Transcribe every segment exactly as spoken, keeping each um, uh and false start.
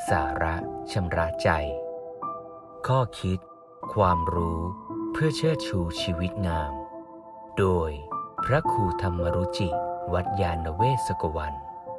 สาระชำระใจข้อคิดความรู้เพื่อเชิดชูชีวิตงามโดยพระครูธรรมรุจิวัดยานเวศกวัน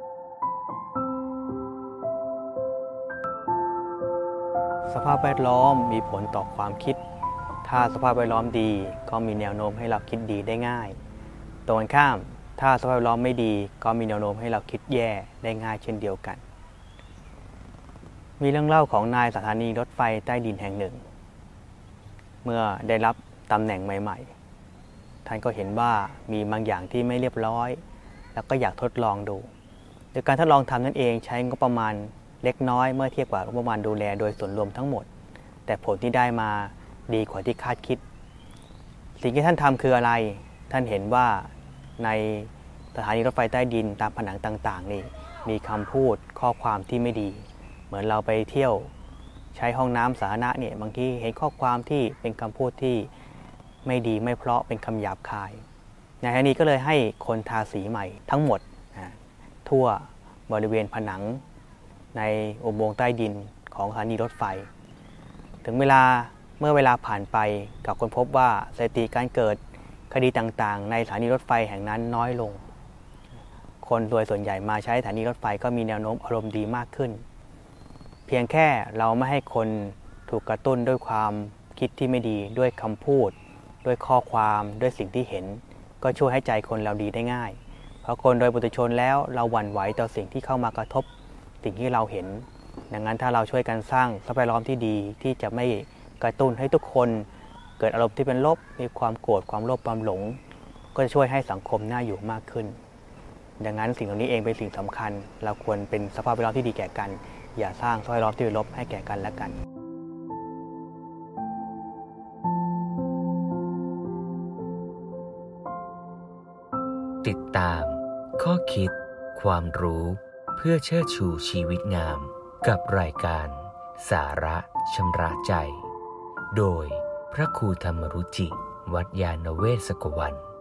สภาพแวดล้อมมีผลต่อความคิดถ้าสภาพแวดล้อมดีก็มีแนวโน้มให้เราคิดดีได้ง่ายตรงกันข้ามถ้าสภาพแวดล้อมไม่ดีก็มีแนวโน้มให้เราคิดแย่ได้ง่ายเช่นเดียวกันมีเรื่องเล่าของนายสถานีรถไฟใต้ดินแห่งหนึ่งเมื่อได้รับตำแหน่งใหม่ๆท่านก็เห็นว่ามีบางอย่างที่ไม่เรียบร้อยแล้วก็อยากทดลองดูโดยการทดลองทำนั่นเองใช้งบประมาณเล็กน้อยเมื่อเทียบกับงบประมาณดูแลโดยส่วนรวมทั้งหมดแต่ผลที่ได้มาดีกว่าที่คาดคิดสิ่งที่ท่านทำคืออะไรท่านเห็นว่าในสถานีรถไฟใต้ดินตามผนังต่างๆนี่มีคำพูดข้อความที่ไม่ดีเหมือนเราไปเที่ยวใช้ห้องน้ำสาธารณะเนี่ยบางทีเห็นข้อความที่เป็นคำพูดที่ไม่ดีไม่เพราะเป็นคำหยาบคายในที่นี้ก็เลยให้คนทาสีใหม่ทั้งหมดนะทั่วบริเวณผนังในอุโมงค์ใต้ดินของสถานีรถไฟถึงเวลาเมื่อเวลาผ่านไปกับคนพบว่าสถิติการเกิดคดีต่างๆในสถานีรถไฟแห่งนั้นน้อยลงคนโดยส่วนใหญ่มาใช้สถานีรถไฟก็มีแนวโน้มอารมณ์ดีมากขึ้นเพียงแค่เราไม่ให้คนถูกกระตุ้นด้วยความคิดที่ไม่ดีด้วยคำพูดด้วยข้อความด้วยสิ่งที่เห็นก็ช่วยให้ใจคนเราดีได้ง่ายเพราะคนโดยปุถุชนแล้วเราหวั่นไหวต่อสิ่งที่เข้ามากระทบสิ่งที่เราเห็นดังนั้นถ้าเราช่วยกันสร้างสภาพแวดล้อมที่ดีที่จะไม่กระตุ้นให้ทุกคนเกิดอารมณ์ที่เป็นลบมีความโกรธความโลภความหลงก็จะช่วยให้สังคมน่าอยู่มากขึ้นดังนั้นสิ่งเหล่านี้เองเป็นสิ่งสำคัญเราควรเป็นสภาพแวดล้อมที่ดีแก่กันอย่าสร้างสภาพแวดล้อมที่เป็นลบให้แก่กันและกันติดตามข้อคิดความรู้เพื่อเชิดชูชีวิตงามกับรายการสาระชำระใจโดยพระครูธรรมรุจิวัดยานเวศกวัน